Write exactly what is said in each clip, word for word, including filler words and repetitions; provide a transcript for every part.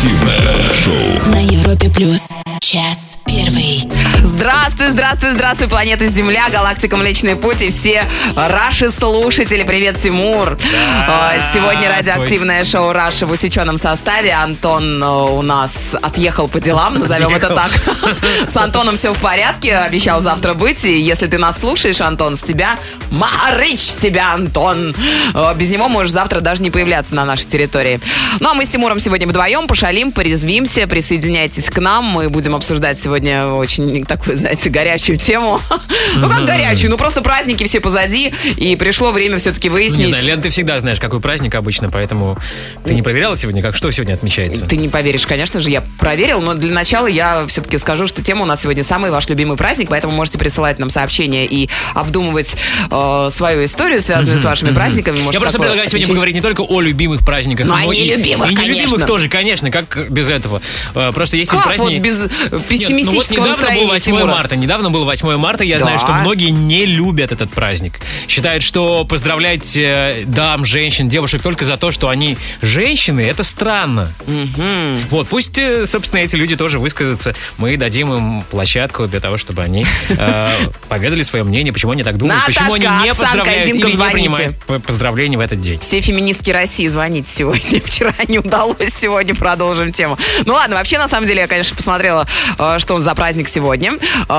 Радиоактивное шоу на Европе плюс. Час первый. Здравствуй, здравствуй, здравствуй, планета Земля, галактика Млечный Путь и все Раши слушатели. Привет, Тимур. Да, сегодня радиоактивное шоу Раши в усеченном составе. Антон у нас отъехал по делам, назовем это так. С Антоном все в порядке, обещал завтра быть. И если ты нас слушаешь, Антон, с тебя Махарыч, с тебя, Антон. Без него можешь завтра даже не появляться на нашей территории. Ну а мы с Тимуром сегодня вдвоем пошалим, порезвимся. Присоединяйтесь к нам, мы будем обсуждать сегодня очень такую, знаете, горячую тему. Ну как горячую, ну просто праздники все позади, и пришло время все-таки выяснить. Не знаю, Лен, ты всегда знаешь, какой праздник обычно, поэтому ты не проверяла сегодня, как что сегодня отмечается? Ты не поверишь, конечно же, я проверил, но для начала я все-таки скажу, что тема у нас сегодня самый ваш любимый праздник, поэтому можете присылать нам сообщения и обдумывать э, свою историю, связанную с вашими праздниками. Может, я просто предлагаю сегодня поговорить не только о любимых праздниках, но, но и, любимых, и нелюбимых тоже, конечно, как без этого. Просто есть как праздники... вот без пессимистического Нет, ну вот недавно было восьмое марта. Недавно было восьмое марта. Я да. знаю, что многие не любят этот праздник. Считают, что поздравлять э, дам, женщин, девушек только за то, что они женщины, это странно. Mm-hmm. Вот, пусть, э, собственно, эти люди тоже высказаться. Мы дадим им площадку для того, чтобы они э, поведали свое мнение, почему они так думают, Наташка, почему они не Оксанка, поздравляют Зинка, или звоните. не принимают поздравления в этот день. Все феминистки России, звоните сегодня. Вчера не удалось, сегодня продолжим тему. Ну ладно, вообще, на самом деле, я, конечно, посмотрела, что за праздник сегодня.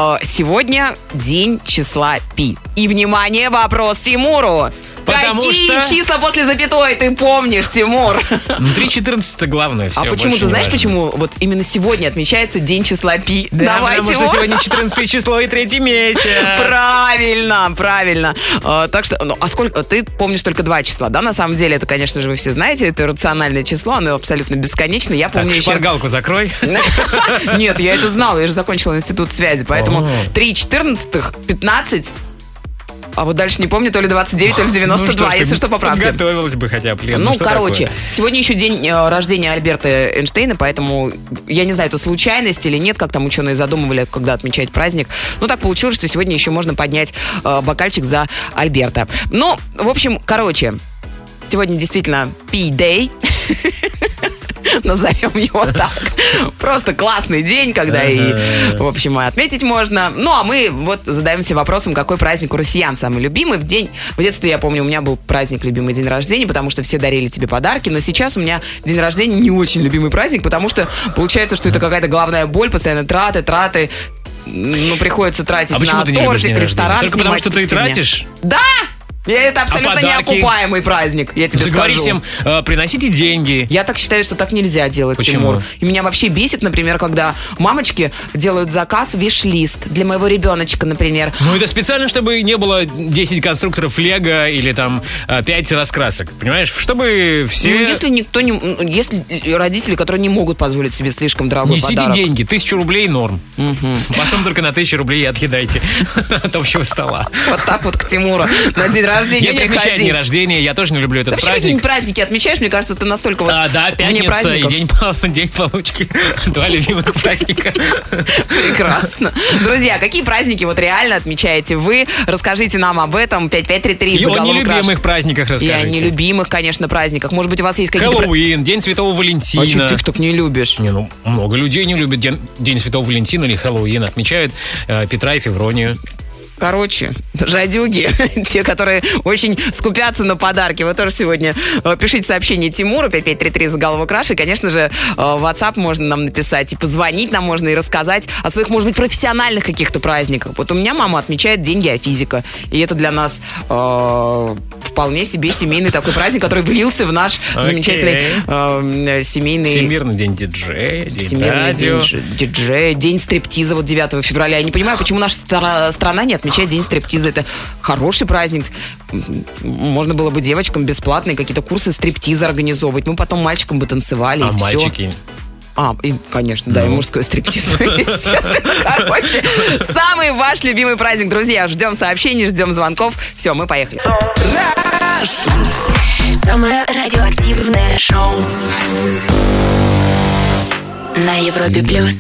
Сегодня день числа пи. И, внимание, вопрос Тимуру. Потому Какие что... числа после запятой ты помнишь, Тимур? Ну, три четырнадцать это главное. Все, а почему, ты знаешь, почему вот именно сегодня отмечается день числа пи? Да, Давай, потому Тимур. что сегодня четырнадцатое число и третий месяц. Правильно, правильно. А, так что, ну, а сколько? Ты помнишь только два числа, да? На самом деле, это, конечно же, вы все знаете, это рациональное число, оно абсолютно бесконечно. Я помню так, еще... шпаргалку закрой. Нет, я это знала, я же закончила институт связи, поэтому три четырнадцатых, пятнадцать... А вот дальше не помню, то ли двадцать девять, то ли девяносто два, ну, что, если что, поправьте. Подготовилась бы хотя бы, Лен. Ну, ну короче, такое? Сегодня еще день э, рождения Альберта Эйнштейна, поэтому я не знаю, это случайность или нет, как там ученые задумывали, когда отмечать праздник. Но так получилось, что сегодня еще можно поднять э, бокальчик за Альберта. Ну, в общем, короче, сегодня действительно пи-дэй. Назовем его так. Просто классный день, когда и, в общем, отметить можно. Ну, а мы вот задаемся вопросом, какой праздник у россиян самый любимый. В день, в детстве, я помню, у меня был праздник любимый день рождения, потому что все дарили тебе подарки, но сейчас у меня день рождения не очень любимый праздник, потому что получается, что это какая-то головная боль, постоянно траты, траты. Ну, приходится тратить а на тортик, ресторан. Только потому, что ты тратишь? Да! Это абсолютно а неокупаемый праздник, я тебе ты скажу. Говори всем, э, приносите деньги. Я так считаю, что так нельзя делать, Почему? Тимур. И меня вообще бесит, например, когда мамочки делают заказ, виш-лист для моего ребеночка, например. Ну, это специально, чтобы не было десять конструкторов Лего или там пять раскрасок, понимаешь? Чтобы все... Ну, если никто не... Если родители, которые не могут позволить себе слишком дорогой Несите подарок. деньги, тысячу рублей норм. Угу. Потом только на тысячу рублей отъедайте от общего стола. Вот так вот к Тимуру на день рождения я не отмечаю приходить. день рождения, я тоже не люблю этот вообще праздник. Вообще какие праздники отмечаешь? Мне кажется, ты настолько вот а, да, пятница и день, день получки. Два любимых праздника. Прекрасно. Друзья, какие праздники вот реально отмечаете вы? Расскажите нам об этом. пять пять три три. И о нелюбимых праздниках расскажите. И о нелюбимых, конечно, праздниках. Может быть, у вас есть какие-то... Хэллоуин, День Святого Валентина. А что ты их так не любишь? Не, ну, много людей не любят День, День Святого Валентина или Хэллоуин. Отмечают э, Петра и Февронию. Короче, жадюги, те, которые очень скупятся на подарки. Вы тоже сегодня э, пишите сообщение Тимуру пять пять три три заголовок Раши. И, конечно же, э, в WhatsApp можно нам написать, и позвонить нам можно, и рассказать о своих, может быть, профессиональных каких-то праздниках. Вот у меня мама отмечает День геофизика. И это для нас э, вполне себе семейный такой праздник, который влился в наш okay. замечательный э, семейный... Всемирный день диджея, день Всемирный радио. День диджея, день стриптиза вот девятого февраля. Я не понимаю, почему наша стра- страна не отмечает Отмечать день стриптиза. Это хороший праздник. Можно было бы девочкам бесплатные какие-то курсы стриптиза организовывать. Мы потом мальчикам бы танцевали. А и мальчики? Все. А, и, конечно, да, ну. и мужской стриптиз, естественно. Короче, самый ваш любимый праздник, друзья. Ждем сообщений, ждем звонков. Все, мы поехали. Самое радиоактивное шоу на Европе плюс.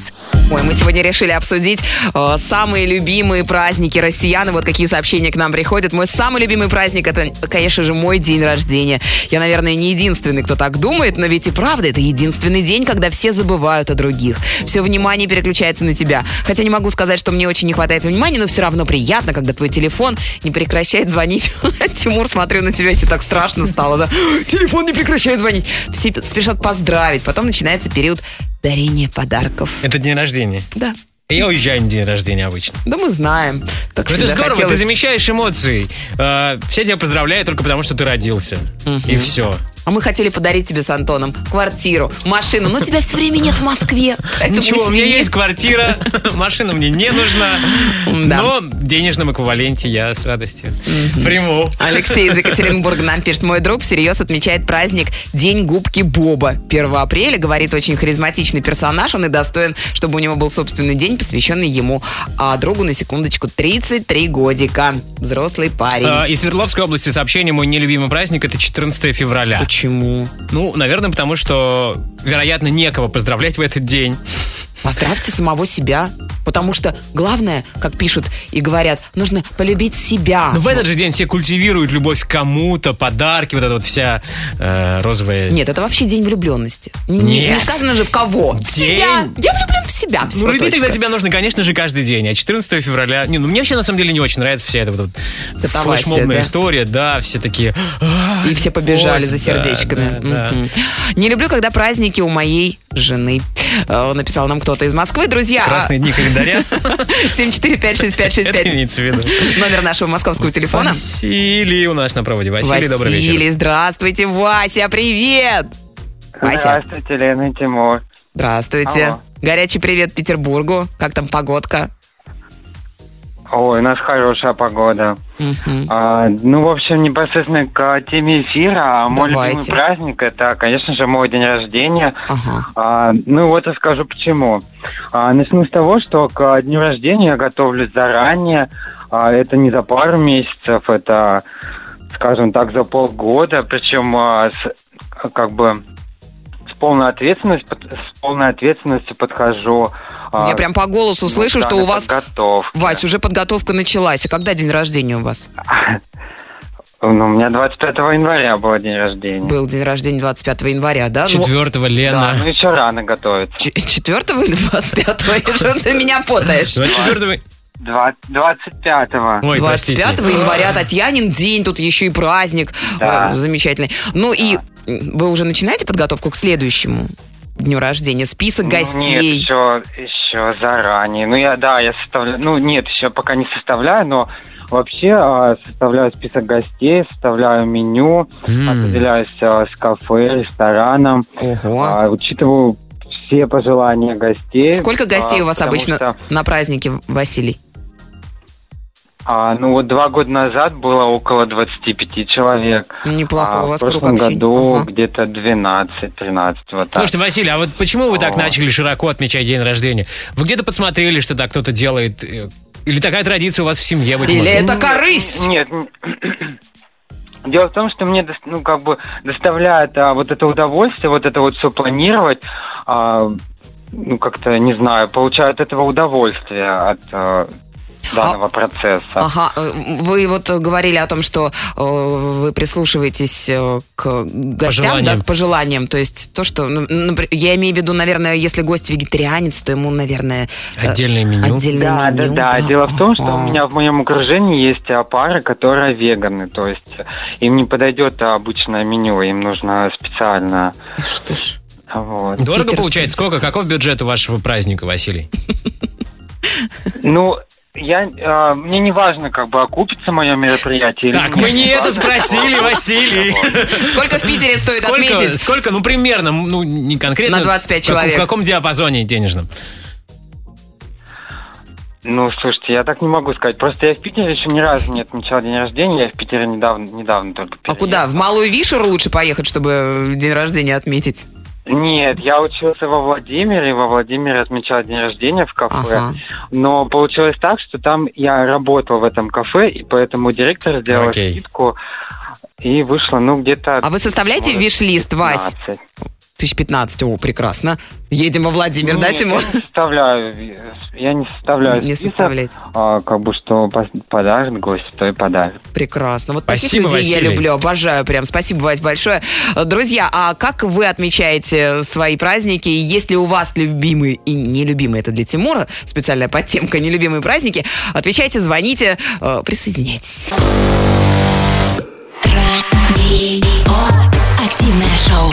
Ой, мы сегодня решили обсудить э, самые любимые праздники россиян. И вот какие сообщения к нам приходят. Мой самый любимый праздник — это, конечно же, мой день рождения. Я, наверное, не единственный, кто так думает, но ведь и правда, это единственный день, когда все забывают о других. Все внимание переключается на тебя. Хотя не могу сказать, что мне очень не хватает внимания, но все равно приятно, когда твой телефон не прекращает звонить. Тимур, смотрю на тебя, тебе так страшно стало, да? Телефон не прекращает звонить. Все спешат поздравить. Потом начинается период дарение подарков. Это день рождения? Да. Я уезжаю на день рождения обычно. Да мы знаем. Так это здорово, хотелось... ты замещаешь эмоции. Э, все тебя поздравляют только потому, что ты родился. Угу. И все. А мы хотели подарить тебе с Антоном квартиру, машину, но тебя все время нет в Москве. Ничего, у меня есть квартира, машина мне не нужна. Да. Но в денежном эквиваленте я с радостью mm-hmm. приму. Алексей из Екатеринбурга нам пишет: мой друг всерьез отмечает праздник День губки Боба. первого апреля, говорит, очень харизматичный персонаж, он и достоин, чтобы у него был собственный день, посвященный ему. А другу, на секундочку, тридцать три годика. Взрослый парень. А, из Свердловской области сообщение: мой нелюбимый праздник — это четырнадцатое февраля. Почему? Ну, наверное, потому что, вероятно, некого поздравлять в этот день. Поздравьте самого себя. Потому что главное, как пишут и говорят, нужно полюбить себя. Но в этот же день все культивируют любовь к кому-то, подарки, вот эта вот вся э, розовая... Нет, это вообще день влюбленности. Нет. Не, не сказано же в кого. В день... себя. Я влюблен в себя. Ну, любить тогда себя нужно, конечно же, каждый день. А четырнадцатое февраля... Не, ну, мне вообще, на самом деле, не очень нравится вся эта вот, вот флешмобная да? история. Да, все такие... И все побежали Ой, за сердечками. Да, да, да. Не люблю, когда праздники у моей жены. Написал нам кто-то из Москвы. Друзья... Красные дни календаря. семь четыре пять шесть пять шесть пять. Это имеется в виду. Номер нашего московского телефона. Василий у нас на проводе. Василий, Василий, добрый вечер. Василий, здравствуйте, Вася, привет. Вася. Здравствуйте, Лена и Тимур. Здравствуйте. Алло. Горячий привет Петербургу. Как там погодка? Ой, у нас хорошая погода. Uh-huh. А, ну, в общем, непосредственно к теме эфира. Мой Давайте. любимый праздник — это, конечно же, мой день рождения. Uh-huh. А, ну, вот расскажу почему. А, начну с того, что к дню рождения я готовлюсь заранее. А, это не за пару месяцев, это, скажем так, за полгода. Причем, а, с, как бы... С полной ответственностью, с полной ответственностью подхожу. Я а, прям по голосу ну, слышу, что у вас... Подготовка. Вась, уже подготовка началась. А когда день рождения у вас? Ну, у меня двадцать пятого января был день рождения. Был день рождения двадцать пятого января, да? Четвертого, ну, Лена. Да, ну еще рано готовиться. Четвертого или двадцать пятого? Что ты меня путаешь? двадцать четвертого... двадцать пятого. Ой, двадцать пятого января, Татьянин день, тут еще и праздник. Да. Замечательный. Ну да. И вы уже начинаете подготовку к следующему дню рождения? Список ну, гостей? Нет, еще, еще заранее. Ну, я, да, я составляю... Ну, нет, еще пока не составляю, но вообще э, составляю список гостей, составляю меню, mm. определяюсь э, с кафе, рестораном. Ого. Э, учитываю все пожелания гостей. Сколько гостей э, у вас обычно что... на празднике, Василий? А, ну вот два года назад было около двадцать пять человек. Неплохо, а, у вас в прошлом году ага. где-то двенадцать-тринадцать. Вот Слушайте, Василий, а вот почему вы так О. начали широко отмечать день рождения? Вы где-то подсмотрели, что так кто-то делает? Или такая традиция у вас в семье? Быть Или может? это корысть? Нет. Дело в том, что мне, ну, как бы доставляет а, вот это удовольствие, вот это вот все планировать, а, ну, как-то, не знаю, получаю от этого удовольствие, от... А, данного а, процесса. Ага, вы вот говорили о том, что э, вы прислушиваетесь э, к гостям, да, к пожеланиям. То есть то, что, ну, например, я имею в виду, наверное, если гость вегетарианец, то ему, наверное... Э, отдельное меню. Отдельное да, меню, да, да, да. Дело в том, что у меня в моем окружении есть пары, которые веганы. То есть им не подойдет обычное меню, им нужно специально... Что ж. Вот. Дорого Питерский. Получается? Сколько? Каков бюджет у вашего праздника, Василий? Ну... Я, а, мне не важно, как бы окупится мое мероприятие. Так, мы не это спросили, Василий. Сколько в Питере стоит сколько, отметить? Сколько, ну, примерно, ну, не конкретно. На двадцать пять в, человек. В каком диапазоне денежном? Ну, слушайте, я так не могу сказать. Просто я в Питере еще ни разу не отмечал день рождения. Я в Питере недавно, недавно только переехал. А куда? В Малую Вишеру лучше поехать, чтобы день рождения отметить? Нет, я учился во Владимире, во Владимире отмечал день рождения в кафе, ага. но получилось так, что там я работал в этом кафе, и поэтому директор сделал okay. скидку, и вышло, ну, где-то... А вы составляете виш-лист, Вась? две тысячи пятнадцать, о, прекрасно. Едем во Владимир, Нет, да, Тимур? Я не составляю, я не составляю Не список, составляете. а, как бы, что подарит гость, то и подарит. Прекрасно. Вот Спасибо, таких людей Василий. я люблю, обожаю прям. Спасибо, Вась, большое. Друзья, а как вы отмечаете свои праздники? Есть ли у вас любимые и нелюбимые? Это для Тимура специальная подтемка «Нелюбимые праздники». Отвечайте, звоните, э, присоединяйтесь. Активное шоу.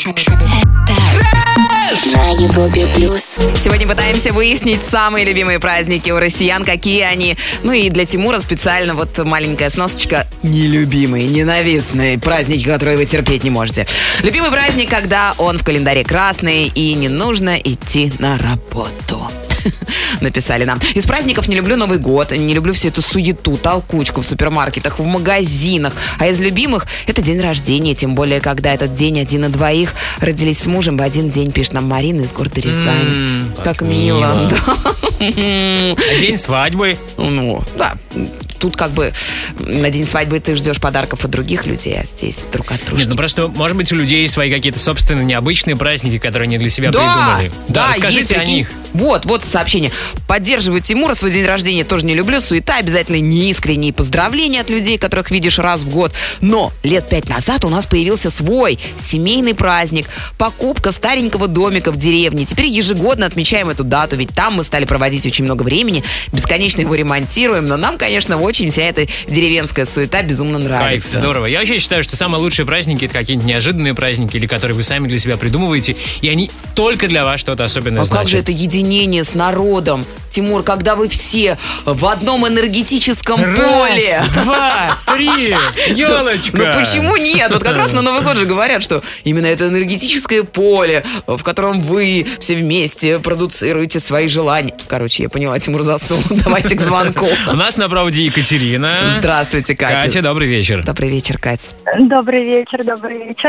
Это на Европе плюс. Сегодня пытаемся выяснить самые любимые праздники у россиян, какие они. Ну и для Тимура специально вот маленькая сносочка. Нелюбимые, ненавистные праздники, которые вы терпеть не можете. Любимый праздник, когда он в календаре красный и не нужно идти на работу. Написали нам. Из праздников не люблю Новый год, не люблю всю эту суету, толкучку в супермаркетах, в магазинах. А из любимых это день рождения, тем более, когда этот день один на двоих. Родились с мужем в один день, пишет нам Марина из города Рязань. М, Как как мило. мило. Да. А день свадьбы? Ну, да. Тут как бы на день свадьбы ты ждешь подарков от других людей, а здесь друг от друга. Нет, ну просто, может быть, у людей свои какие-то собственные необычные праздники, которые они для себя Да, придумали. да, расскажите есть, о прикинь. них. Вот, вот сообщение. Поддерживаю Тимура, свой день рождения тоже не люблю. Суета, обязательно неискренние поздравления от людей, которых видишь раз в год. Но лет пять назад у нас появился свой семейный праздник. Покупка старенького домика в деревне. Теперь ежегодно отмечаем эту дату, ведь там мы стали проводить очень много времени, бесконечно его ремонтируем. Но нам, конечно, очень вся эта деревенская суета безумно Кайф, нравится. здорово. Я вообще считаю, что самые лучшие праздники — это какие-нибудь неожиданные праздники, или которые вы сами для себя придумываете, и они только для вас что-то особенное А значат. как же это единение с народом? Тимур, когда вы все в одном энергетическом поле. Раз, два, три, елочка. Ну почему нет? Вот как раз на Новый год же говорят, что именно это энергетическое поле, в котором вы все вместе продуцируете свои желания. Короче, я поняла, Тимур заснул. Давайте к звонку. У нас на проводе Екатерина. Здравствуйте, Катя. Катя, добрый вечер. Добрый вечер, Катя. Добрый вечер, добрый вечер.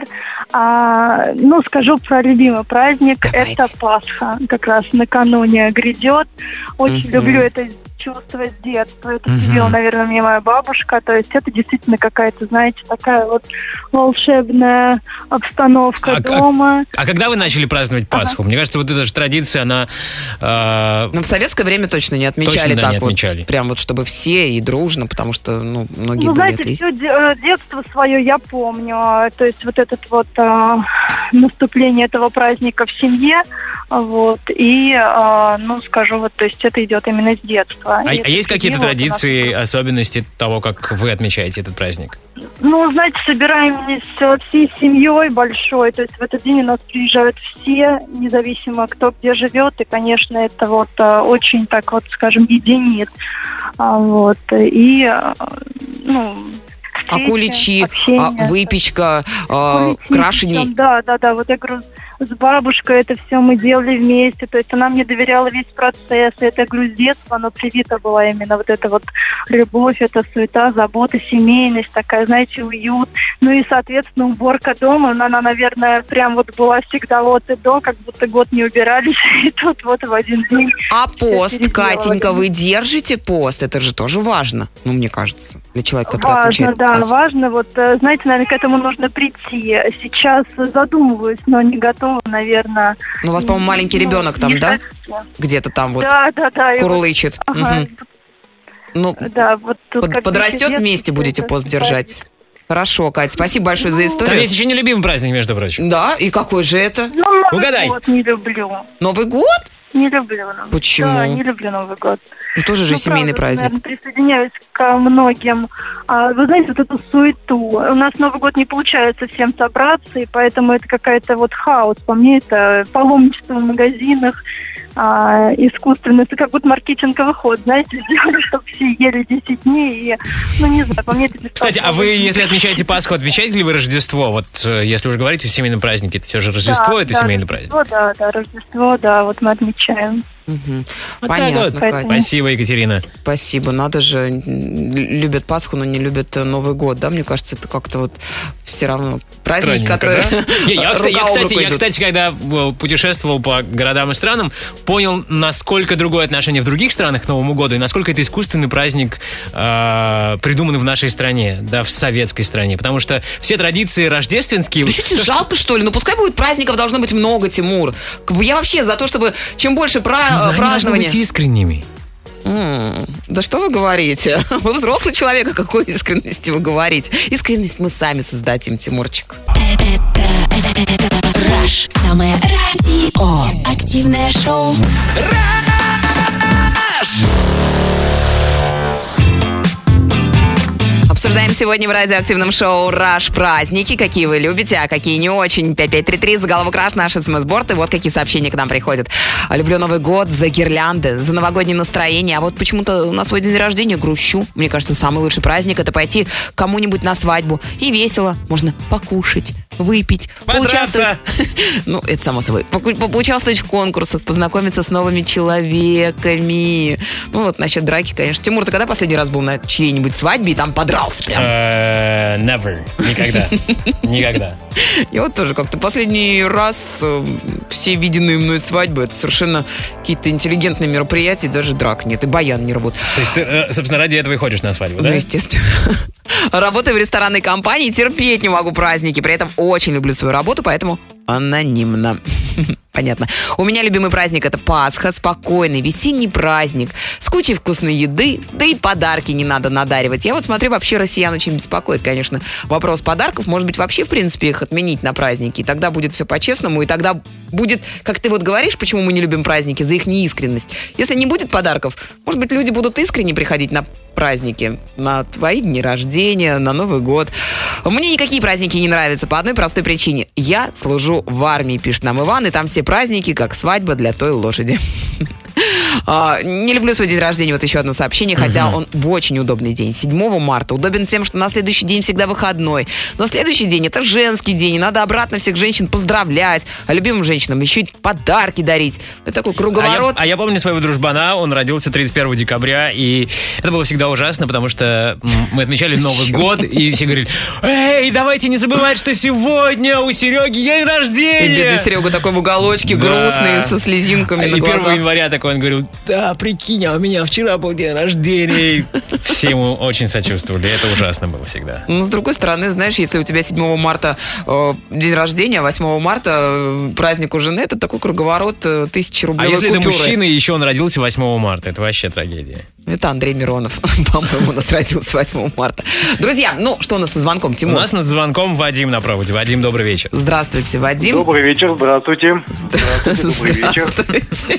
А, ну, скажу про любимый праздник. Давайте. Это Пасха. Как раз накануне грядет. Очень Мгм. люблю это чувство с детства. Это Мгм. сделала, наверное, мне моя бабушка. То есть это действительно какая-то, знаете, такая вот волшебная обстановка А- а- дома. А когда вы начали праздновать Пасху? Мне кажется, вот эта же традиция, она... э, Но в советское время точно не отмечали Точно, да, так не вот. отмечали. Прям вот, чтобы все и дружно, потому что, ну, многие Ну, были знаете, атеисты. все детство свое я помню. То есть вот этот вот а, наступление этого праздника в семье, вот, и, а, ну, скажу, вот, то есть это идет именно с детства. А, И а это есть какие-то всегда вот у нас- традиции, особенности того, как вы отмечаете этот праздник? Ну, знаете, собираемся всей семьей большой, то есть в этот день у нас приезжают все, независимо кто где живет, и, конечно, это вот а, очень так вот, скажем, единит. А, вот, и, а, ну... А встречи, куличи, общение. а выпечка, а, Куличи, крашеный. причем, Да, да, да. Вот я говорю, с бабушкой это все мы делали вместе. То есть она мне доверяла весь процесс. И это, я говорю, с детства, оно привито была именно вот эта вот любовь, эта суета, забота, семейность, такая, знаете, уют. Ну и, соответственно, уборка дома, она, она, наверное, прям вот была всегда вот и до, как будто год не убирались. И тут вот в один день. А пост, переделывали. Катенька, вы держите пост? Это же тоже важно, ну, мне кажется, для человека, который Важно, отмечает да, Пасху. важно. Вот, э, знаете, наверное, к этому нужно прийти. Сейчас задумываюсь, но не готова, наверное. Ну, у вас, по-моему, маленький Ну, ребенок там, не да? совсем. Где-то там вот Да, да, да. и вот, курлычет. ага, Мгм. Ну, да, вот тут под- как бы подрастет, детство, вместе будете это пост праздник. держать. Хорошо, Кать, спасибо большое за Ну, Там историю. есть еще нелюбимый праздник, между прочим. Да, и какой же это? Ну, Новый Угадай. год не люблю. Новый год? Не люблю Новый год. Почему? Да, не люблю Новый год. Ну, тоже же Ну, семейный правда, праздник. Наверное, присоединяюсь к многим. А, вы знаете, вот эту суету. У нас Новый год не получается всем собраться, и поэтому это какая-то вот хаос. По мне, это паломничество в магазинах, а, искусственно. Это как будто маркетинговый ход, знаете, сделали, чтобы все ели десять дней. И, ну, не знаю, по мне это... Кстати, а вы, если отмечаете Пасху, отмечаете ли вы Рождество? Вот э, если уж говорите о семейном празднике, это все же Рождество, Да, это да, семейный праздник. Рождество, да, да, Рождество, да, вот мы отмечаем. Угу. Вот Понятно, так вот. Катя. Спасибо, Екатерина. Спасибо. Надо же, м, любят Пасху, но не любят э, Новый год, да? Мне кажется, это как-то вот все равно праздник, Странненько, который... да? Не, я, кстати, я, рука об кстати, руку я, идут. кстати, когда э, путешествовал по городам и странам, понял, насколько другое отношение в других странах к Новому году и насколько это искусственный праздник, э, придуманный в нашей стране, да, в советской стране. Потому что все традиции рождественские... Ты что, тебе жалко, что ли? Ну, пускай будет праздников, должно быть много, Тимур. Как бы Я вообще за то, чтобы чем больше пра- Не знаю, они должны празднования... быть искренними. М, Да что вы говорите? Вы взрослый человек, о какой искренности вы говорите? Искренность мы сами создадим, Тимурчик. Rush. Самое радио. Активное шоу. Обсуждаем сегодня в радиоактивном шоу «Раш» праздники. Какие вы любите, а какие не очень. пять пять три три, заголовок «Раш», наш смс-борт. И вот какие сообщения к нам приходят. Люблю Новый год за гирлянды, за новогоднее настроение. А вот почему-то на свой день рождения грущу. Мне кажется, самый лучший праздник — это пойти к кому-нибудь на свадьбу. И весело. Можно покушать, выпить, Подраться. поучаствовать. Ну, это само собой. Поку- по- Поучаствовать в конкурсах, познакомиться с новыми человеками. Ну, вот насчет драки, конечно. Тимур, ты когда последний раз был на чьей-нибудь свадьбе и там подрался прям? Э, Never. Никогда. Никогда. Я вот тоже как-то последний раз э, все виденные мной свадьбы — это совершенно какие-то интеллигентные мероприятия, даже драк нет, и баян не работает. То есть ты, э, собственно, ради этого и ходишь на свадьбу, да? Ну, естественно. Работаю в ресторанной компании, терпеть не могу праздники. При этом очень люблю свою работу, поэтому анонимно. Понятно. У меня любимый праздник — это Пасха, спокойный весенний праздник с кучей вкусной еды, да и подарки не надо надаривать. Я вот смотрю, вообще россиян очень беспокоит, конечно, вопрос подарков. Может быть, вообще, в принципе, их отменить на праздники, и тогда будет все по-честному, и тогда будет, как ты вот говоришь, почему мы не любим праздники, за их неискренность. Если не будет подарков, может быть, люди будут искренне приходить на праздники, на твои дни рождения, на Новый год. Мне никакие праздники не нравятся по одной простой причине. Я служу в армии, пишет нам Иван, и там все праздники, как свадьба для той лошади. А, Не люблю свой день рождения, вот еще одно сообщение, хотя он в очень удобный день. седьмого марта удобен тем, что на следующий день всегда выходной. Но следующий день — это женский день, и надо обратно всех женщин поздравлять, а любимым женщинам еще и подарки дарить. Это такой А я, круговорот. а я помню своего дружбана, он родился тридцать первого декабря, и это было всегда ужасно, потому что м, мы отмечали Новый год, и все говорили: «Эй, давайте не забывать, что сегодня у Сереги день И рождения!» бедный Серега такой в уголочке, Да. грустный, со слезинками И на первого глазах. января такой он говорил: «Да, прикинь, а у меня вчера был день рождения». И все ему очень сочувствовали, это ужасно было всегда. Ну, с другой стороны, знаешь, если у тебя седьмого марта э, день рождения, а восьмого марта э, праздник у жены, это такой круговорот э, тысячи А рублевой если это купюры. мужчина, и еще он родился восьмого марта, это вообще трагедия. Это Андрей Миронов, по-моему, у нас родился восьмого марта. Друзья, ну, что у нас со звонком, У Тимур? нас над звонком Вадим на проводе. Вадим, добрый вечер. Здравствуйте, Вадим. Добрый вечер, здравствуйте. Здравствуйте, добрый вечер. Здравствуйте.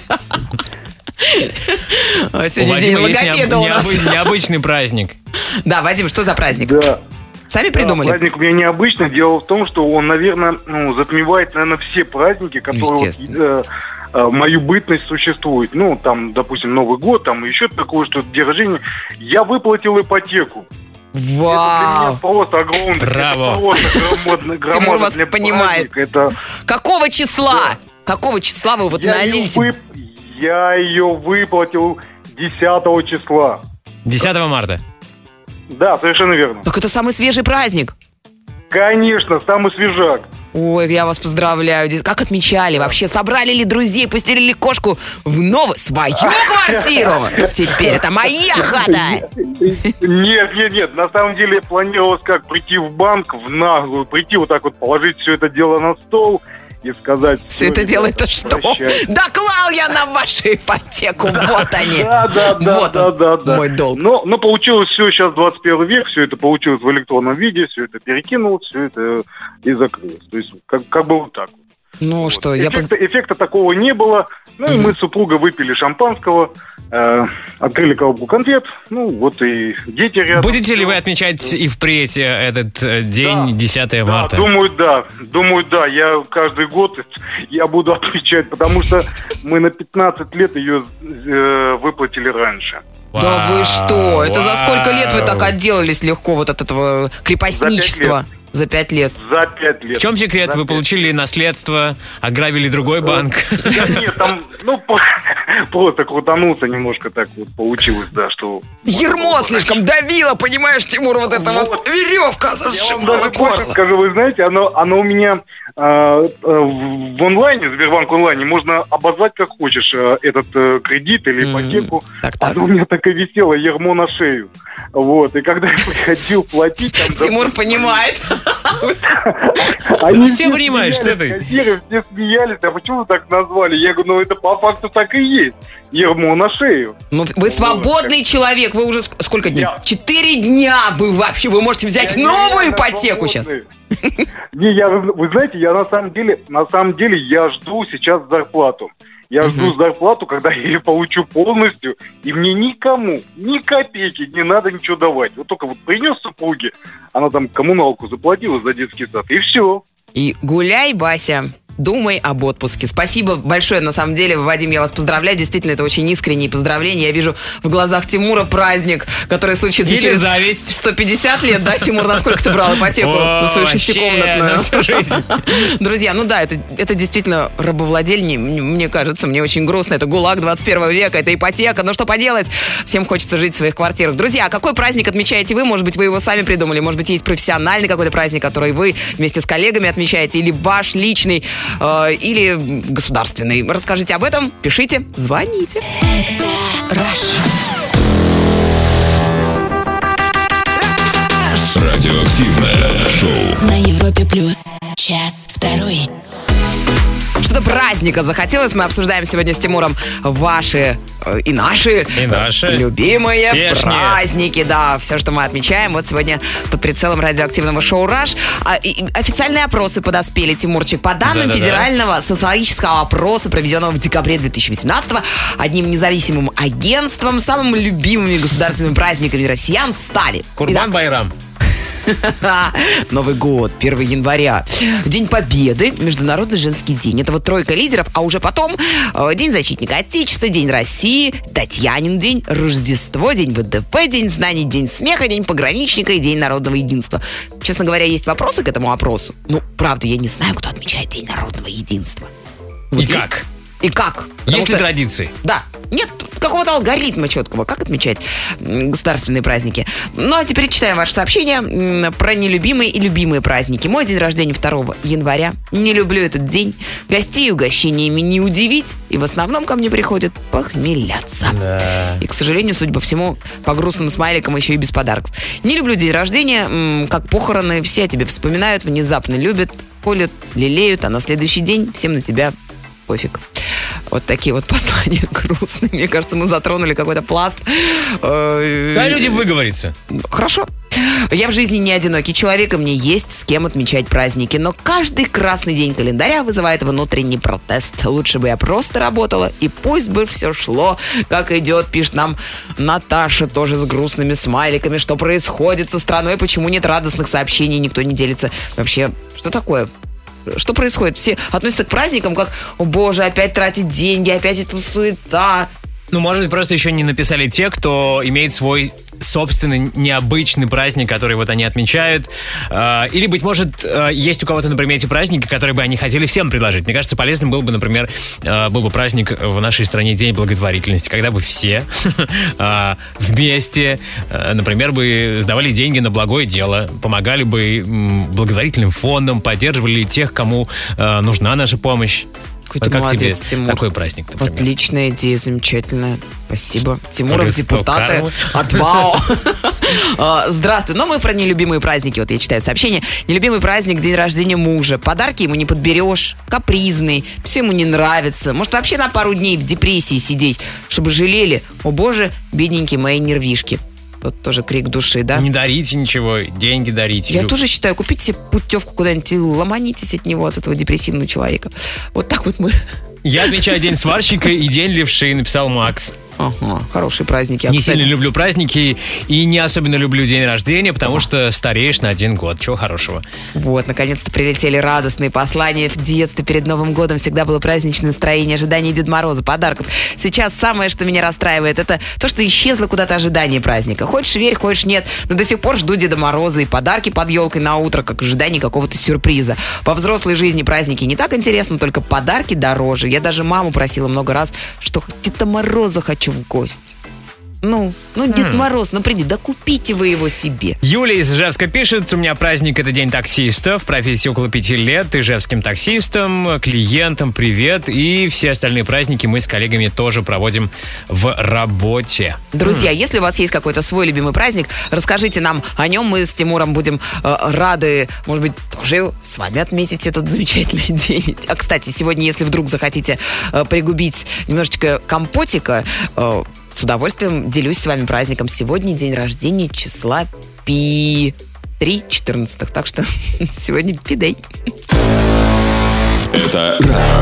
А, У Сегодня день Вадима есть необ- логопеда у нас. необы- необычный праздник. Да, Вадим, что за праздник? Да. Сами Да, придумали? праздник у меня необычный. Дело в том, что он, наверное, ну, затмевает, наверное, все праздники, которые вот, Естественно. э, э, мою бытность существуют. Ну, там, допустим, Новый год, там еще такое, что день рождения. Я выплатил ипотеку. Это для меня Вау! просто огромный. Браво. Это просто громадный, Тимур громадный вас для понимает. праздника. Это Какого числа? Какого числа вы вот я, ее налили? вып- я ее выплатил десятого числа. десятого марта. Да, совершенно верно. Так это самый свежий праздник. Конечно, самый свежак. Ой, я вас поздравляю. Дед- Как отмечали вообще? Собрали ли друзей, постелили кошку в новую свою квартиру? Теперь это моя хата. Нет, нет, нет. На самом деле планировалось как прийти в банк в наглую, прийти вот так вот, положить все это дело на стол и сказать... Все это ребята, дело это что? прощайте». Доклал я на вашу ипотеку. Вот они. Да, да, да, Вот да, он, да, да. мой долг. Но, но получилось все сейчас двадцать первый век, все это получилось в электронном виде, все это перекинул, все это и закрылось. То есть как, как бы вот так вот. Ну Вот. что, я... эффекта, эффекта такого не было. Ну и мы с супругой выпили шампанского, э, открыли коробку конфет. Ну вот и дети рядом. Будете ли вы отмечать и впредь э, этот э, день, Да. десятого Да, марта? думаю, да. Думаю, да. Я каждый год я буду отмечать, потому что мы на пятнадцать лет ее э, выплатили раньше. Да вы что? Это за сколько лет вы так Вау. отделались легко вот от этого крепостничества? За пять лет. За пять лет. В чем секрет? За Вы пять. получили наследство, ограбили другой банк? Да нет, там, ну, по- просто крутанулся немножко так вот получилось, да, что... Ермо слишком давило, понимаешь, Тимур, вот эта вот, Вот. веревка Я вам зашибала даже больше горло. скажу, вы знаете, оно, оно у меня э, э, в онлайне, Сбербанк онлайне, можно обозвать как хочешь э, этот э, кредит или М, ипотеку. так, так. Оно у меня так и висело, ермо на шею. Вот, и когда я приходил платить... там, Тимур допустим, понимает. Они Все понимают, что смеялись, ты. кассиры все смеялись, а почему вы так назвали? Я говорю, ну это по факту так и есть. Ермо на шею. Ну, вы свободный человек, вы уже ск- сколько дней? Я- Четыре дня вы вообще, вы можете взять Я новую нереально ипотеку сейчас. свободный. Не, я, вы знаете, я на самом деле, на самом деле, я жду сейчас зарплату. Я Мгм. жду зарплату, когда я ее получу полностью, и мне никому, ни копейки не надо ничего давать. Вот только вот принес супруге, она там коммуналку заплатила за детский сад, и все. И гуляй, Вася. Думай об отпуске. Спасибо большое, на самом деле, Вадим, я вас поздравляю. Действительно, это очень искренние поздравления. Я вижу в глазах Тимура праздник, который случится Или через зависть. сто пятьдесят лет, да, Тимур? Насколько ты брал ипотеку О, на свою вообще, шестикомнатную? на всю жизнь. Друзья, ну да, это, это действительно рабовладение. Мне мне кажется, мне очень грустно. Это ГУЛАГ двадцать первого века, это ипотека. Но что поделать? Всем хочется жить в своих квартирах. Друзья, а какой праздник отмечаете вы? Может быть, вы его сами придумали? Может быть, есть профессиональный какой-то праздник, который вы вместе с коллегами отмечаете? Или ваш личный, э, или государственный? Расскажите об этом, пишите, звоните. Радиоактивное шоу. На Европе плюс. Час второй. Что-то праздника захотелось. Мы обсуждаем сегодня с Тимуром ваши э, и наши, И наши. любимые Всешние. праздники. Да, все, что мы отмечаем. Вот сегодня под прицелом радиоактивного шоу «Раш». А, и- и официальные опросы подоспели, Тимурчик. По данным Да-да-да. федерального социологического опроса, проведенного в декабре две тысячи восемнадцатого, одним независимым агентством, самыми любимыми государственными праздниками россиян стали... Курбан Байрам. Новый год, первого января. День Победы, Международный женский день. Это вот тройка лидеров, а уже потом э, День защитника Отечества, День России, Татьянин день, Рождество, День ВДФ, День знаний, День смеха, День пограничника и День народного единства. Честно говоря, есть вопросы к этому опросу. Ну, правда, я не знаю, кто отмечает День народного единства. Вот И есть- как? И как? Потому Есть ли что- традиции? Да, нет какого-то алгоритма четкого, как отмечать м, государственные праздники. Ну, а теперь читаем ваше сообщение м, про нелюбимые и любимые праздники. Мой день рождения второго января. Не люблю этот день. Гостей угощениями не удивить. И в основном ко мне приходят похмеляться. Да. И, к сожалению, судя по всему, по грустным смайликам еще и без подарков. Не люблю день рождения, м, как похороны. Все о тебе вспоминают, внезапно любят, колят, лелеют, а на следующий день всем на тебя пофиг. Вот такие вот послания грустные. Мне кажется, мы затронули какой-то пласт. Э, Да, люди выговорятся. Хорошо. Я в жизни не одинокий человек, и мне есть с кем отмечать праздники. Но каждый красный день календаря вызывает внутренний протест. Лучше бы я просто работала, и пусть бы все шло, как идет, пишет нам Наташа, тоже с грустными смайликами. Что происходит со страной, почему нет радостных сообщений, никто не делится. Вообще, что такое? Что происходит? Все относятся к праздникам как: о боже, опять тратить деньги, опять эта суета. Ну, может быть, просто еще не написали те, кто имеет свой собственный необычный праздник, который вот они отмечают. Э, Или, быть может, э, есть у кого-то на примете праздники, которые бы они хотели всем предложить. Мне кажется, полезным был бы, например, э, был бы праздник в нашей стране День благотворительности, когда бы все э, вместе, э, например, бы сдавали деньги на благое дело, помогали бы м, благотворительным фондам, поддерживали тех, кому э, нужна наша помощь. Какой А ты как молодец, тебе Тимур. такой праздник, например? Отличная идея, замечательная. Спасибо. Тимуров, Просто депутаты Карл. от ВАО. А, Здравствуй. Но мы про нелюбимые праздники. Вот я читаю сообщение. Нелюбимый праздник — день рождения мужа. Подарки ему не подберешь. Капризный. Все ему не нравится. Может, вообще на пару дней в депрессии сидеть, чтобы жалели. О боже, бедненькие мои нервишки. Тут тоже крик души, да? Не дарите ничего, деньги дарите. Я Лю- тоже считаю, купите себе путевку куда-нибудь и ломанитесь от него, от этого депрессивного человека. Вот так вот мы... Я отмечаю День сварщика и День левши, написал Макс. Ага, хорошие праздники. А, не кстати... сильно люблю праздники и не особенно люблю день рождения, потому что стареешь на один год. Чего хорошего? Вот, наконец-то прилетели радостные послания. В детстве перед Новым годом всегда было праздничное настроение, ожидание Деда Мороза, подарков. Сейчас самое, что меня расстраивает, это то, что исчезло куда-то ожидание праздника. Хочешь верь, хочешь нет, но до сих пор жду Деда Мороза и подарки под елкой на утро, как ожидание какого-то сюрприза. По взрослой жизни праздники не так интересно, только подарки дороже. Я даже маму просила много раз, что Деда Мороза хочу в гости. Ну, ну, Дед Мороз, ну приди, да купите вы его себе. Юлия из Ижевска пишет: у меня праздник — это день таксиста, в профессии около пяти лет, ижевским таксистам, клиентам привет, и все остальные праздники мы с коллегами тоже проводим в работе. Друзья, м-м. если у вас есть какой-то свой любимый праздник, расскажите нам о нем, мы с Тимуром будем э, рады, может быть, тоже с вами отметить этот замечательный день. А, кстати, сегодня, если вдруг захотите э, пригубить немножечко компотика, э, с удовольствием делюсь с вами праздником. Сегодня день рождения числа Пи. три четырнадцатых. Так что сегодня пидей. Это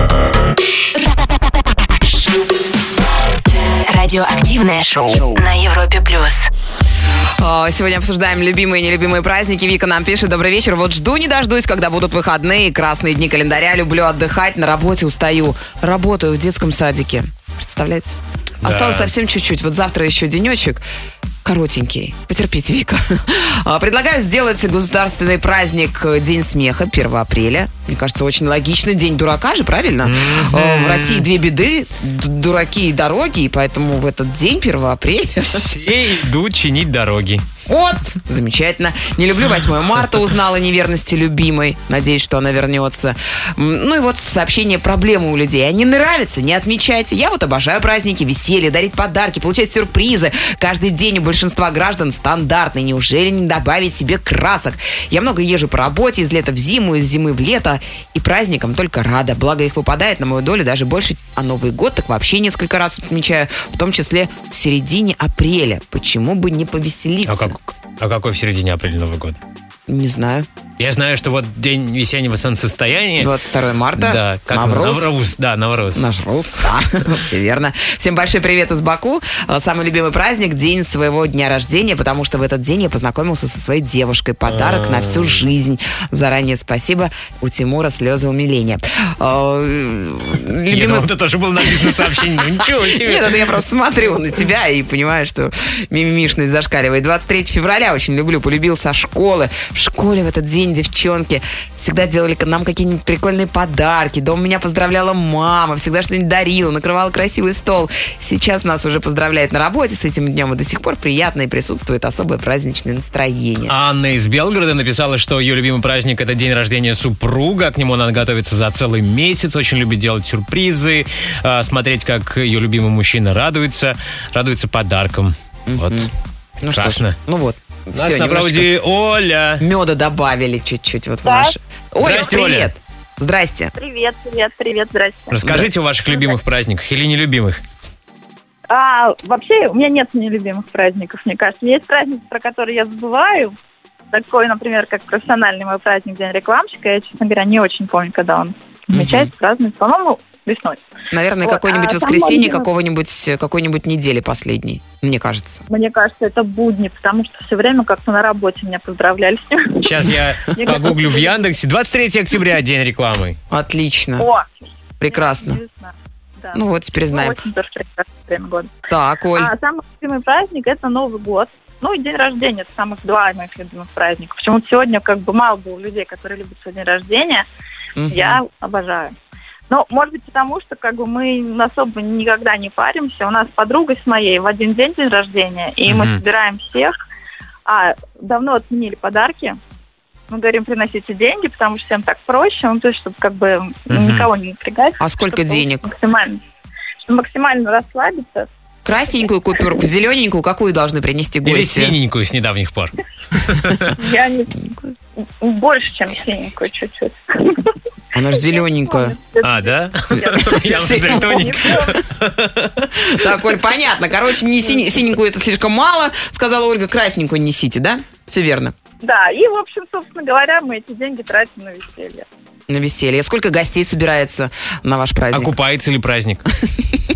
радиоактивное шоу на Европе плюс. Сегодня обсуждаем любимые и нелюбимые праздники. Вика нам пишет: добрый вечер. Вот жду не дождусь, когда будут выходные, красные дни календаря. Люблю отдыхать, на работе устаю. Работаю в детском садике. Представляете? Да. Осталось совсем чуть-чуть. Вот завтра еще денечек коротенький. Потерпите, Вика. Предлагаю сделать государственный праздник День смеха первого апреля. Мне кажется, очень логично. День дурака же, правильно? Mm-hmm. В России две беды. Дураки и дороги. И поэтому в этот день, первого апреля... Все идут чинить дороги. Вот, замечательно. Не люблю восьмое марта, узнала о неверности любимой. Надеюсь, что она вернется. Ну и вот сообщение: проблемы у людей. Они нравятся, не отмечайте. Я вот обожаю праздники, веселье, дарить подарки, получать сюрпризы. Каждый день у большинства граждан стандартный. Неужели не добавить себе красок? Я много езжу по работе, из лета в зиму, из зимы в лето. И праздникам только рада. Благо их выпадает на мою долю даже больше. А Новый год так вообще несколько раз отмечаю. В том числе в середине апреля. Почему бы не повеселиться? А как? А какой в середине апреля Новый год? Не знаю. Я знаю, что вот день весеннего солнцестояния. двадцать второго марта. Да, как Навруз. Навруз. Да, Навруз. Навруз, да, все верно. Всем большой привет из Баку. Самый любимый праздник — день своего дня рождения, потому что в этот день я познакомился со своей девушкой. Подарок на всю жизнь. Заранее спасибо. У Тимура слезы умиления. Любимый... Это тоже было написано сообщение. Ну ничего себе. Нет, это я просто смотрю на тебя и понимаю, что мимимишность зашкаливает. двадцать третьего февраля очень люблю. Полюбил со школы. В школе в этот день девчонки всегда делали нам какие-нибудь прикольные подарки. Дома меня поздравляла мама, всегда что-нибудь дарила, накрывала красивый стол. Сейчас нас уже поздравляют на работе с этим днем, и до сих пор приятно, и присутствует особое праздничное настроение. Анна из Белгорода написала, что ее любимый праздник — это день рождения супруга. К нему она готовится за целый месяц, очень любит делать сюрпризы, смотреть, как ее любимый мужчина радуется, радуется подаркам. Mm-hmm. Вот. Ну Красно. Что ж, ну вот. У нас Все, на проводе Оля. Меда добавили чуть-чуть вот в да. наш. Оля, здрасте, привет. Оля. Здрасте. Привет, привет, привет, здрасте. Расскажите о ваших любимых праздниках или нелюбимых. А, вообще, у меня нет нелюбимых праздников, мне кажется. Есть праздники, про которые я забываю. Такой, например, как профессиональный мой праздник День рекламщика. Я, честно говоря, не очень помню, когда он отмечается, угу. празднуется. По-моему, весной. Наверное, вот. какое-нибудь а воскресенье какого-нибудь, какой-нибудь недели последней, мне кажется. Мне кажется, это будни, потому что все время как-то на работе меня поздравляли с ним. Сейчас я погуглю в Яндексе. двадцать третьего октября, день рекламы. Отлично. О! Прекрасно. Да. Ну вот, теперь знаем. Ну, очень тоже прекрасное время года. Так, Оль. А самый любимый праздник – это Новый год. Ну и день рождения – это самых два моих любимых праздника. Почему-то сегодня как бы мало было людей, которые любят свой день рождения. Угу. Я обожаю. Ну, может быть, потому что как бы мы особо никогда не паримся. У нас подруга с моей в один день день рождения, и угу. мы собираем всех. А давно отменили подарки. Мы говорим, приносите деньги, потому что всем так проще, ну, то есть, чтобы как бы угу. никого не напрягать. А сколько денег? Максимально, чтобы максимально расслабиться. Красненькую купюрку, зелененькую, какую должны принести гости? Или синенькую с недавних пор? Я не... Больше, чем синенькую чуть-чуть. Она же зелененькая. А, да? Я уже дальтоник. Так, Оль, понятно. Короче, не синенькую это слишком мало, сказала Ольга, красненькую несите, да? Все верно. Да, и, в общем, собственно говоря, мы эти деньги тратим на веселье. На веселье. Сколько гостей собирается на ваш праздник? Окупается ли праздник?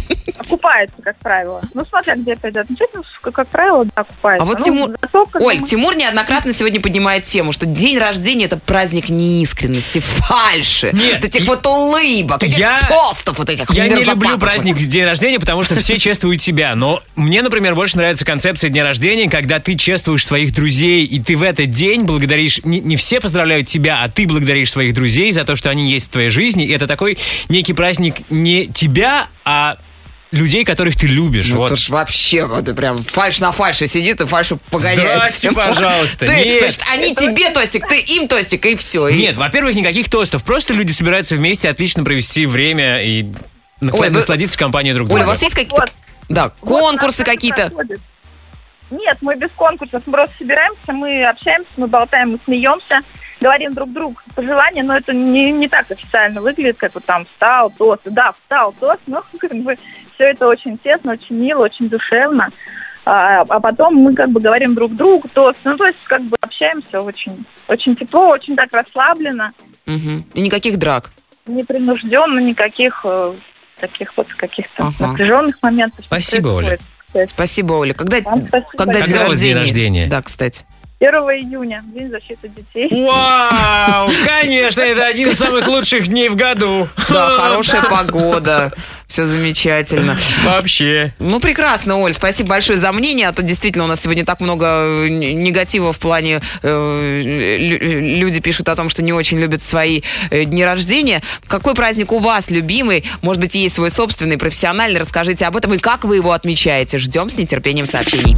купается, как правило. Ну, смотря где опять же отмечать, ну, как, как правило, да, купается. А вот ну, Тимур... зато, Оль, мы... Тимур неоднократно сегодня поднимает тему, что день рождения – это праздник неискренности, фальши, Нет, вот этих и... вот улыбок, этих я... тостов вот этих. Я не люблю праздник день рождения, потому что все чествуют тебя. Но мне, например, больше нравится концепция дня рождения, когда ты чествуешь своих друзей, и ты в этот день благодаришь... Не, не все поздравляют тебя, а ты благодаришь своих друзей за то, что они есть в твоей жизни. И это такой некий праздник не тебя, а людей, которых ты любишь. Ну, вот. это ж вообще, вот ты прям фальш на фальше сидит и фальшу погоняет. Здрасте, пожалуйста. Ты, Нет. значит, они тебе тостик, ты им тостик, и все. И... Нет, во-первых, никаких тостов. Просто люди собираются вместе отлично провести время и Ой, насладиться вы... компанией друг друга. Оля, у вас есть какие-то вот. да, Вот конкурсы какие-то? проходит. Нет, мы без конкурсов, мы просто собираемся, мы общаемся, мы болтаем, мы смеемся, говорим друг другу пожелания, но это не, не так официально выглядит, как вот там встал, тост. Да, встал, тост, но как бы все это очень тесно, очень мило, очень душевно. А, а потом мы как бы говорим друг другу тост. Ну, то есть как бы общаемся очень, очень тепло, очень так расслабленно. Угу. И никаких драк? Непринужденно, никаких э, таких вот каких-то ага. напряженных моментов. Спасибо, Оля. Спасибо, Оля. Когда, спасибо, когда, когда у вас день рождения? Да, кстати. первого июня, День защиты детей. Вау! Конечно, это один из самых лучших дней в году. Да, хорошая погода. Все замечательно. Вообще. Ну, прекрасно, Оль. Спасибо большое за мнение. А то действительно у нас сегодня так много негатива в плане... Э, люди пишут о том, что не очень любят свои э, дни рождения. Какой праздник у вас любимый? Может быть, есть свой собственный, профессиональный. Расскажите об этом. И как вы его отмечаете? Ждем с нетерпением сообщений.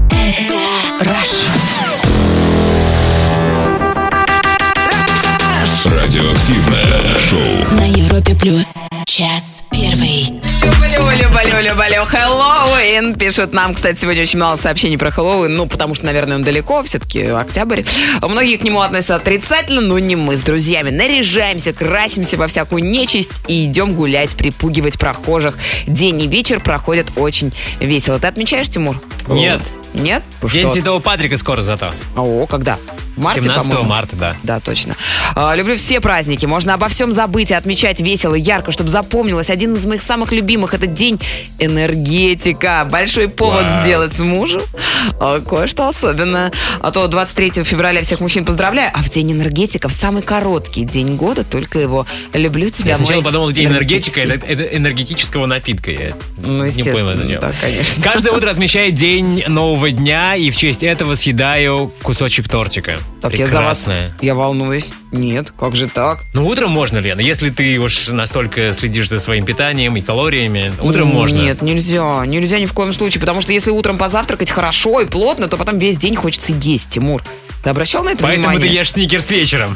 Радиоактивное шоу на Европе плюс. Час первый. Люблю-люблю-люблю Хэллоуин. Пишут нам, кстати, сегодня очень мало сообщений про Хэллоуин. Ну, потому что, наверное, он далеко. Все-таки октябрь. Многие к нему относятся отрицательно, но не мы с друзьями. Наряжаемся, красимся во всякую нечисть и идем гулять, припугивать прохожих. День и вечер проходят очень весело. Ты отмечаешь, Тимур? Нет. Нет? День Святого Патрика скоро зато. О, когда? В марте, семнадцатого марта, да. Да, точно. А, люблю все праздники. Можно обо всем забыть и отмечать весело, ярко, чтобы запомнилось. Один из моих самых любимых — это день энергетика. Большой повод Вау. сделать с мужем а, кое-что особенное. А то двадцать третьего февраля всех мужчин поздравляю, а в день энергетиков самый короткий день года, только его. Люблю тебя, Я сначала мой подумал, день энергетика — это, это энергетического напитка. Я ну, не понял это дело. Да, конечно. Каждое утро отмечает день нового дня, и в честь этого съедаю кусочек тортика. Так, я за вас, я волнуюсь. Нет, как же так? Ну, утром можно, Лена, если ты уж настолько следишь за своим питанием и калориями, утром ну, можно. Нет, нельзя, нельзя ни в коем случае, потому что если утром позавтракать хорошо и плотно, то потом весь день хочется есть, Тимур. Ты обращал на это Поэтому внимание? Поэтому ты ешь сникерс вечером.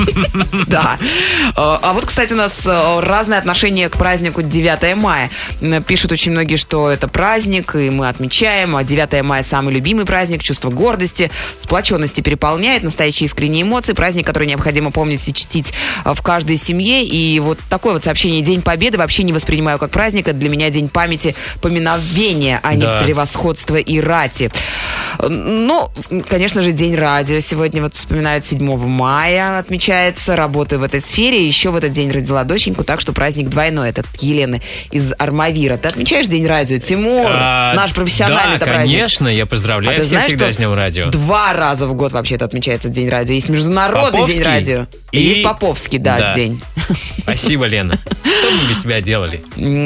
Да. А вот, кстати, у нас разное отношение к празднику девятого мая. Пишут очень многие, что это праздник, и мы отмечаем. А девятого мая самый любимый праздник, чувство гордости, сплоченности переполняет, настоящие искренние эмоции. Праздник, который необходимо помнить и чтить в каждой семье. И вот такое вот сообщение День Победы вообще не воспринимаю как праздник. Это для меня день памяти, поминовения, а не да. превосходства и рати. Ну, конечно же, День радио. Сегодня вот вспоминают седьмого мая, отмечается. Работаю в этой сфере. Еще в этот день родила доченьку, так что праздник двойной. Это Елены из Армавира. Ты отмечаешь День радио, Тимур? А, наш профессиональный да, праздник. конечно, я поздравляю а всех знаешь, всегда с Днем радио. Два раза в год вообще-то отмечается День радио. Есть международный Поповский День радио. И, и есть Поповский, да, да, день. Спасибо, Лена. Что мы без тебя делали?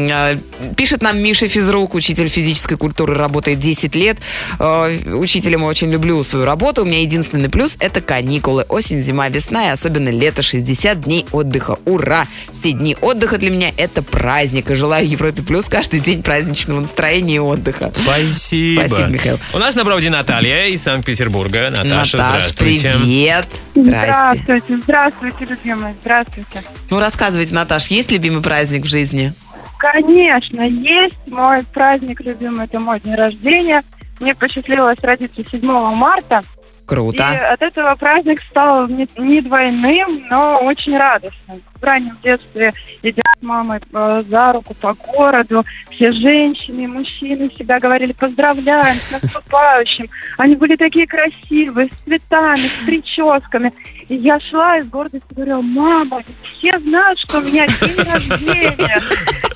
Пишет нам Миша Физрук, учитель физической культуры, работает десять лет. Учителем очень люблю свою работу. У меня единственный плюс — это каникулы. Осень, зима, весна и особенно лето. шестьдесят дней отдыха. Ура! Все дни отдыха для меня — это праздник. И желаю Европе Плюс каждый день праздничного настроения и отдыха. Спасибо. Спасибо, Михаил. У нас на проводе Наталья из Санкт-Петербурга. Наташа, Наташ, здравствуйте. Привет. Здравствуйте. Здравствуйте, любимые. Здравствуйте. Ну, рассказывайте, Наташ, есть любимый праздник в жизни? Конечно, есть. Мой праздник любимый — это мой день рождения. Мне посчастливилось родиться седьмого марта. Круто. И от этого праздник стал не, не двойным, но очень радостным. В раннем детстве, идя с мамой э, за руку по городу, все женщины и мужчины всегда говорили: поздравляем с наступающим. Они были такие красивые, с цветами, с прическами. И я шла и с гордостью говорила: мама, все знают, что у меня день рождения.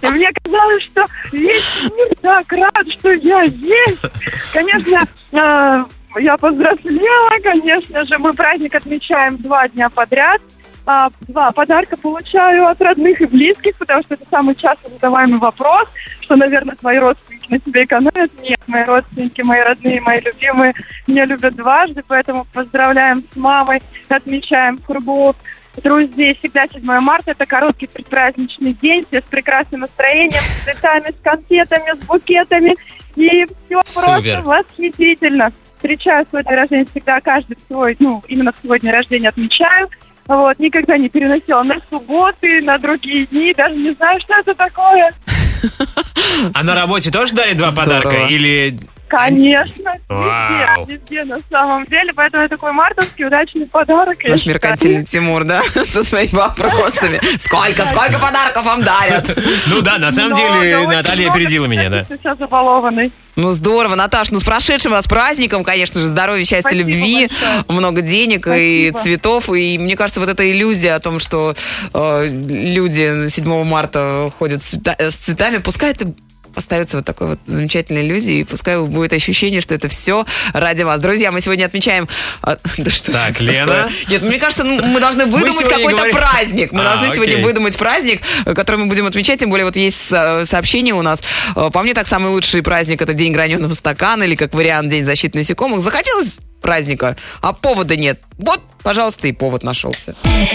И мне казалось, что весь мир так рад, что я есть. Конечно, э, я повзрослела, конечно же. Мы праздник отмечаем два дня подряд. А, два подарка получаю от родных и близких, потому что это самый часто задаваемый вопрос, что, наверное, твои родственники на тебя экономят. Нет, мои родственники, мои родные, мои любимые меня любят дважды, поэтому поздравляем с мамой, отмечаем в кругу друзей. Всегда седьмое марта, это короткий предпраздничный день, все с прекрасным настроением, с цветами, с конфетами, с букетами, и все просто восхитительно. Встречаю свой день рождения всегда, каждый свой, ну, именно в свой день рождения отмечаю. Вот, никогда не переносила на субботы, на другие дни, даже не знаю, что это такое. А на работе тоже дали два Здорово. подарка? Или... Конечно, Вау. везде, везде на самом деле, поэтому это такой мартовский удачный подарок. я Наш считаю. меркантильный Тимур, да, со своими вопросами. Сколько, сколько подарков вам дарят? Ну да, на самом Много, деле очень Наталья много, опередила меня, да. ты сейчас забалованный. Ну, здорово, Наташ, ну, с прошедшим вас праздником, конечно же, здоровья, счастья, Спасибо любви, большое. много денег и Спасибо. цветов, и мне кажется, вот эта иллюзия о том, что э, люди седьмого марта ходят с, цвета- с цветами, пускай это остается вот такой вот замечательной иллюзией, и пускай будет ощущение, что это все ради вас. Друзья, мы сегодня отмечаем... а, да что Так, ж это Лена. такое? Нет, мне кажется, ну, мы должны выдумать сегодня какой-то говорим- праздник. Мы А, должны сегодня окей. выдумать праздник, который мы будем отмечать, тем более вот есть со- сообщение у нас. Э, По мне, так самый лучший праздник — это День граненого стакана или, как вариант, День защиты насекомых. Захотелось праздника, а повода нет. Вот, пожалуйста, и повод нашелся.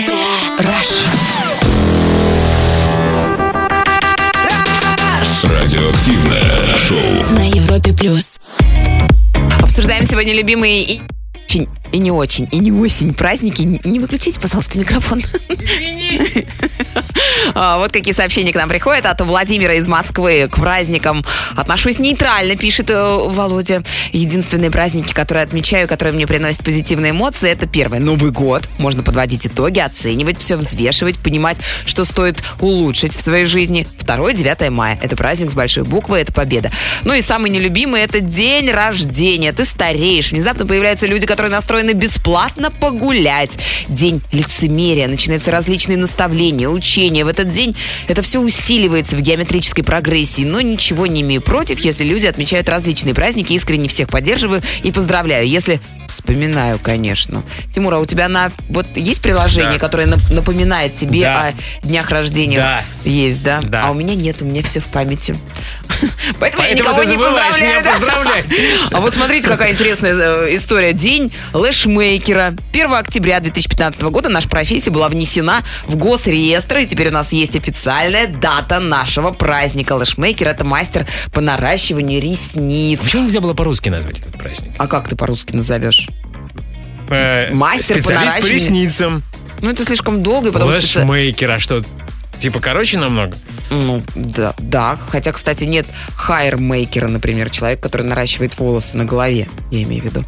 Радиоактивное шоу. На Европе плюс. Обсуждаем сегодня любимые и очень, и не очень, и не осень праздники. Не выключите, пожалуйста, микрофон. А, Вот какие сообщения к нам приходят от Владимира из Москвы. К праздникам отношусь нейтрально, пишет э, Володя. Единственные праздники, которые отмечаю, которые мне приносят позитивные эмоции, это первое — Новый год. Можно подводить итоги, оценивать все, взвешивать, понимать, что стоит улучшить в своей жизни. Второе — девятое мая. Это праздник с большой буквы, это победа. Ну и самый нелюбимый — это день рождения. Ты стареешь. Внезапно появляются люди, которые настроены бесплатно погулять. День лицемерия. Начинаются различные наставления, учения. В этот день это все усиливается в геометрической прогрессии. Но ничего не имею против, если люди отмечают различные праздники. Искренне всех поддерживаю и поздравляю. Если вспоминаю, конечно. Тимур, а у тебя на вот есть приложение, Да. которое нап- напоминает тебе Да. о днях рождения? Да. Есть, да? Да. А у меня нет, у меня все в памяти. Поэтому я Поэтому никого ты не забываешь поздравляю. меня да. поздравлять. А вот смотрите, какая интересная э, история. День лэшмейкера. первого октября две тысячи пятнадцатого года наша профессия была внесена в госреестр, и теперь у нас есть официальная дата нашего праздника. Лэшмейкер — это мастер по наращиванию ресниц. Почему нельзя было по-русски назвать этот праздник? А как ты по-русски назовешь? Э, Мастер по Специалист по наращиванию. ресницам. Ну, это слишком долго, и потому что... Лэшмейкер, а что? Типа короче намного? Ну, да, да. Хотя, кстати, нет хайрмейкера, например, человек, который наращивает волосы на голове, я имею в виду.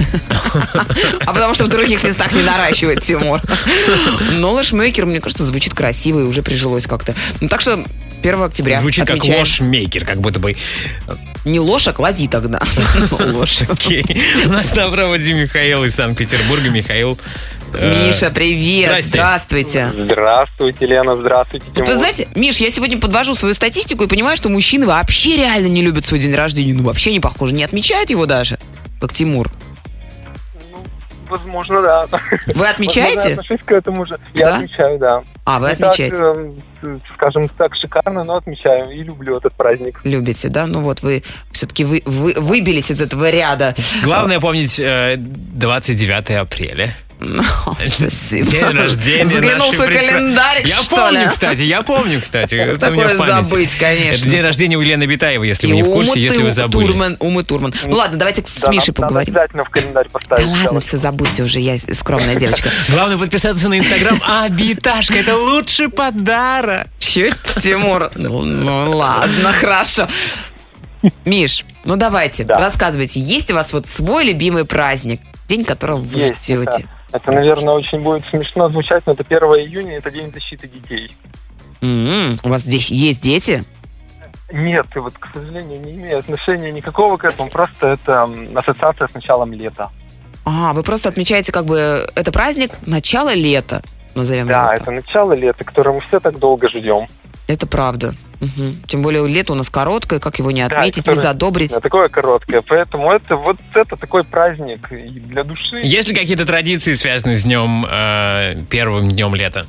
А потому что в других местах не наращивает, Тимур. Но лэшмейкер, мне кажется, звучит красиво и уже прижилось как-то. Ну, так что первого октября Звучит как отмечаем. ложмейкер, как будто бы. Не ложь, а клади тогда. Ложь. Окей. У нас на проводе Михаил из Санкт-Петербурга. Михаил. э, Миша, привет. Здрасте. Здравствуйте. Здравствуйте, Лена, здравствуйте, Вот вы знаете, Миш, я сегодня подвожу свою статистику и понимаю, что мужчины вообще реально не любят свой день рождения. Ну, вообще не похоже. Не отмечают его даже, как Тимур. Возможно, да. Вы отмечаете? Возможно, я отношусь к этому же. Я Да? отмечаю, да. А, вы Не отмечаете. так, эм, скажем так, шикарно, но отмечаю и люблю этот праздник. Любите, да? Ну вот вы все-таки вы, вы, выбились из этого ряда. Главное помнить э, двадцать девятое апреля. Ну, спасибо. День рождения Заглянул в нашей свой предпра- календарик, Я что помню, ли? кстати, я помню, кстати. Это у меня Такое в памяти. забыть, конечно. Это день рождения у Елены Битаевой, если И вы не в курсе, Умы если вы Ту- забыли. Турман, Умы Турман. Ну ладно, давайте с Да, Мишей надо поговорим. обязательно в календарь Да поставить. ладно, все забудьте уже, я скромная девочка. Главное подписаться на Инстаграм. А, Биташка, это лучший подарок. Че это, Тимур? Ну, ну ладно, хорошо. Миш, ну давайте, Да. рассказывайте. Есть у вас вот свой любимый праздник, день которого вы Есть, ждете? Это, это, наверное, очень будет смешно звучать, но это первое июня, это День защиты детей. М-м, у вас здесь есть дети? Нет, и вот, к сожалению, не имею отношения никакого к этому, просто это м, ассоциация с началом лета. А, вы просто отмечаете как бы, это праздник начала лета, назовем Да, его это так. начало лета, которое мы все так долго ждем. Это правда. Угу. Тем более лето у нас короткое, как его не отметить, да, не задобрить. Такое короткое, поэтому это вот это такой праздник и для души. Есть ли какие-то традиции, связанные с днем, э, первым днем лета?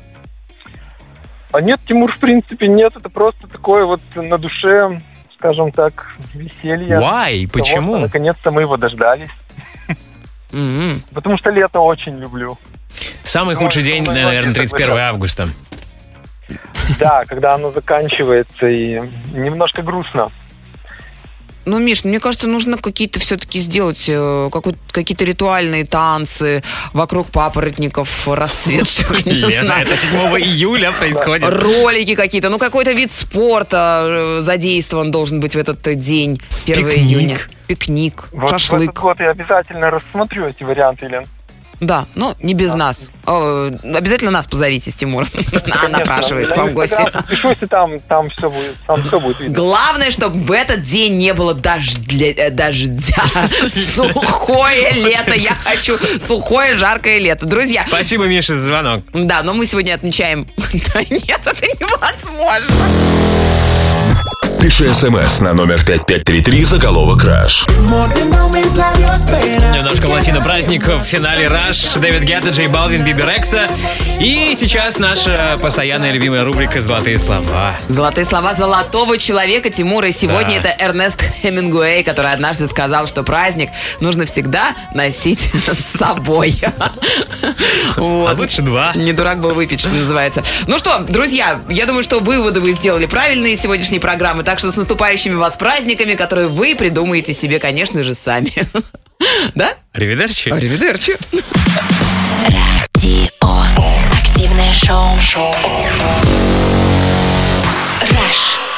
А нет, Тимур, в принципе, нет. Это просто такое вот на душе, скажем так, веселье. Why? Почему? Того, наконец-то мы его дождались. Mm-hmm. Потому что лето очень люблю. Самый Потому худший день, наверное, тридцать первого августа. Да, когда оно заканчивается и немножко грустно. Ну, Миш, мне кажется, нужно какие-то все-таки сделать э, какие-то ритуальные танцы вокруг папоротников расцветших. Лена, это седьмого июля происходит. Ролики какие-то, ну какой-то вид спорта задействован должен быть в этот день, первого июня. Пикник, вот шашлык. В этот год я обязательно рассмотрю эти варианты, Лен. Да, но не без да. нас. О, обязательно нас позовите с Тимуром. Конечно, напрашиваюсь к вам в гости. Подпишусь, и там, там, все будет, там все будет видно. Главное, чтобы в этот день не было дождя. дождя. Сухое лето. Я хочу сухое, жаркое лето. Друзья. Спасибо, Миша, за звонок. Да, но мы сегодня отмечаем... Да нет, это невозможно. Пиши смс на номер пять пять три три, заголовок «Раш». Немножко латино-праздник в финале «Раш». Дэвид Гетта, Джей Балвин, Биби Рекса. И сейчас наша постоянная любимая рубрика «Золотые слова». Золотые слова золотого человека Тимура. И сегодня да. это Эрнест Хемингуэй, который однажды сказал, что праздник нужно всегда носить с собой. А лучше два. Не дурак был выпить, что называется. Ну что, друзья, я думаю, что выводы вы сделали правильные из сегодняшней программы. Так что с наступающими вас праздниками, которые вы придумаете себе, конечно же, сами. Да? Аривидерчи. Аривидерчи. Радио. Активное шоу. Раш.